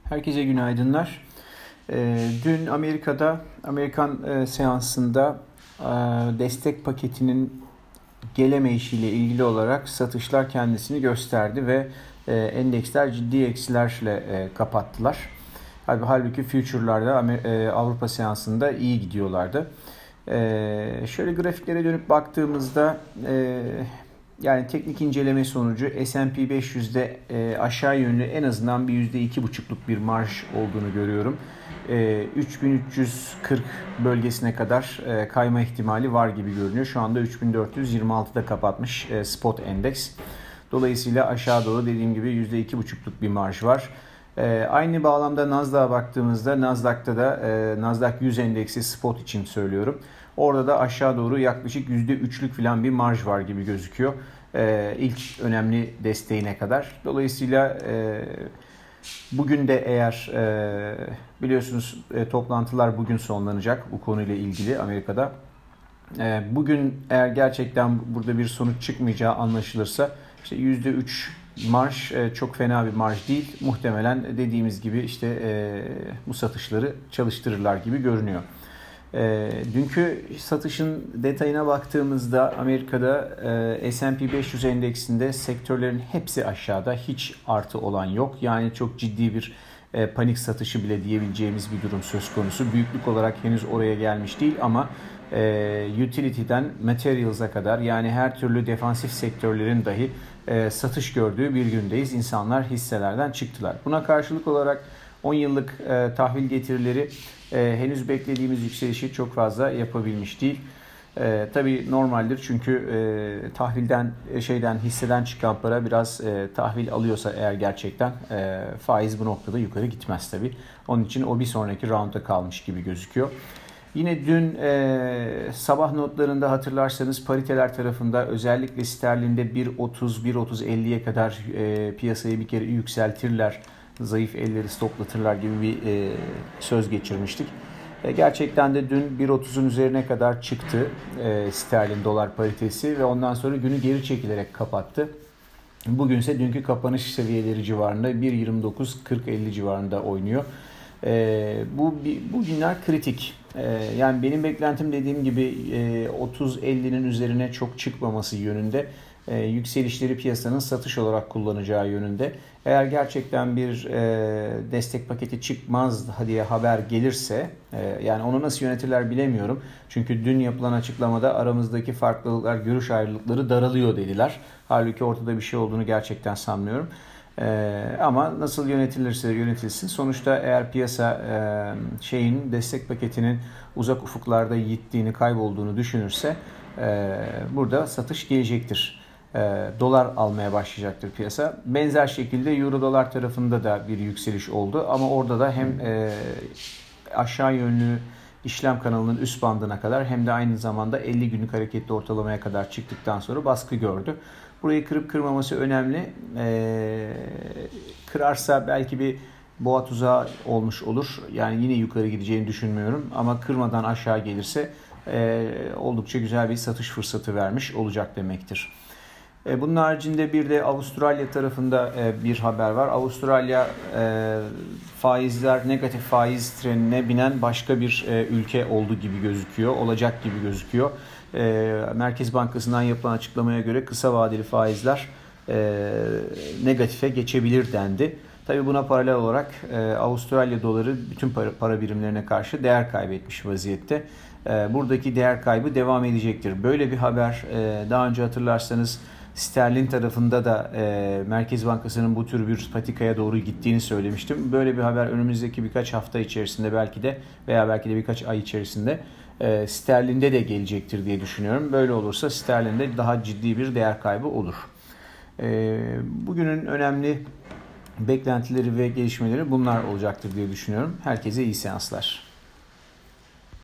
Herkese günaydınlar. Dün Amerikan seansında destek paketinin gelemeyişiyle ilgili olarak satışlar kendisini gösterdi ve endeksler ciddi eksilerle kapattılar. Halbuki future'larda Avrupa seansında iyi gidiyorlardı. Şöyle grafiklere dönüp baktığımızda yani teknik inceleme sonucu S&P 500'de aşağı yönlü en azından bir %2,5'luk bir marj olduğunu görüyorum. 3340 bölgesine kadar kayma ihtimali var gibi görünüyor. Şu anda 3426'da kapatmış spot endeks. Dolayısıyla aşağı doğru dediğim gibi %2,5'luk bir marj var. Aynı bağlamda Nasdaq'a baktığımızda Nasdaq'ta da Nasdaq 100 endeksi spot için söylüyorum. Orada da aşağı doğru yaklaşık %3'lük falan bir marj var gibi gözüküyor. İlk önemli desteğine kadar. Dolayısıyla bugün de eğer biliyorsunuz toplantılar bugün sonlanacak bu konuyla ilgili Amerika'da. Bugün eğer gerçekten burada bir sonuç çıkmayacağı anlaşılırsa işte %3 marj çok fena bir marj değil. Muhtemelen dediğimiz gibi işte bu satışları çalıştırırlar gibi görünüyor. Dünkü satışın detayına baktığımızda Amerika'da S&P 500 endeksinde sektörlerin hepsi aşağıda, hiç artı olan yok. Yani çok ciddi bir panik satışı bile diyebileceğimiz bir durum söz konusu. Büyüklük olarak henüz oraya gelmiş değil ama utility'den materials'a kadar yani her türlü defansif sektörlerin dahi satış gördüğü bir gündeyiz. İnsanlar hisselerden çıktılar. Buna karşılık olarak 10 yıllık tahvil getirileri henüz beklediğimiz yükselişi çok fazla yapabilmiş değil. Tabii normaldir çünkü hisseden çıkan para biraz tahvil alıyorsa eğer gerçekten faiz bu noktada yukarı gitmez tabii. Onun için o bir sonraki round'a kalmış gibi gözüküyor. Yine dün sabah notlarında hatırlarsanız pariteler tarafında özellikle sterlinde 1.30-1.30-50'ye kadar piyasayı bir kere yükseltirler, zayıf elleri stoplatırlar gibi bir söz geçirmiştik. Gerçekten de dün 1.30'un üzerine kadar çıktı sterlin dolar paritesi ve ondan sonra günü geri çekilerek kapattı. Bugünse dünkü kapanış seviyeleri civarında 1.29-40-50 civarında oynuyor. Bu günler kritik. Yani benim beklentim dediğim gibi 30-50'nin üzerine çok çıkmaması yönünde. Yükselişleri piyasanın satış olarak kullanacağı yönünde. Eğer gerçekten bir destek paketi çıkmaz diye haber gelirse yani onu nasıl yönetirler bilemiyorum. Çünkü dün yapılan açıklamada aramızdaki farklılıklar, görüş ayrılıkları daralıyor dediler. Halbuki ortada bir şey olduğunu gerçekten sanmıyorum. Ama nasıl yönetilirse yönetilsin. Sonuçta eğer piyasa destek paketinin uzak ufuklarda gittiğini, kaybolduğunu düşünürse burada satış gelecektir. Dolar almaya başlayacaktır piyasa. Benzer şekilde euro dolar tarafında da bir yükseliş oldu. Ama orada da hem aşağı yönlü işlem kanalının üst bandına kadar hem de aynı zamanda 50 günlük hareketli ortalamaya kadar çıktıktan sonra baskı gördü. Burayı kırıp kırmaması önemli. Kırarsa belki bir boğa tuzağı olmuş olur. Yani yine yukarı gideceğini düşünmüyorum. Ama kırmadan aşağı gelirse oldukça güzel bir satış fırsatı vermiş olacak demektir. Bunun haricinde bir de Avustralya tarafında bir haber var. Avustralya negatif faiz trenine binen başka bir ülke oldu gibi gözüküyor. Olacak gibi gözüküyor. Merkez Bankası'ndan yapılan açıklamaya göre kısa vadeli faizler negatife geçebilir dendi. Tabii buna paralel olarak Avustralya doları bütün para birimlerine karşı değer kaybetmiş vaziyette. Buradaki değer kaybı devam edecektir. Böyle bir haber daha önce hatırlarsanız sterlin tarafında da Merkez Bankası'nın bu tür bir patikaya doğru gittiğini söylemiştim. Böyle bir haber önümüzdeki birkaç hafta içerisinde belki de birkaç ay içerisinde sterlinde de gelecektir diye düşünüyorum. Böyle olursa sterlinde daha ciddi bir değer kaybı olur. Bugünün önemli beklentileri ve gelişmeleri bunlar olacaktır diye düşünüyorum. Herkese iyi seanslar.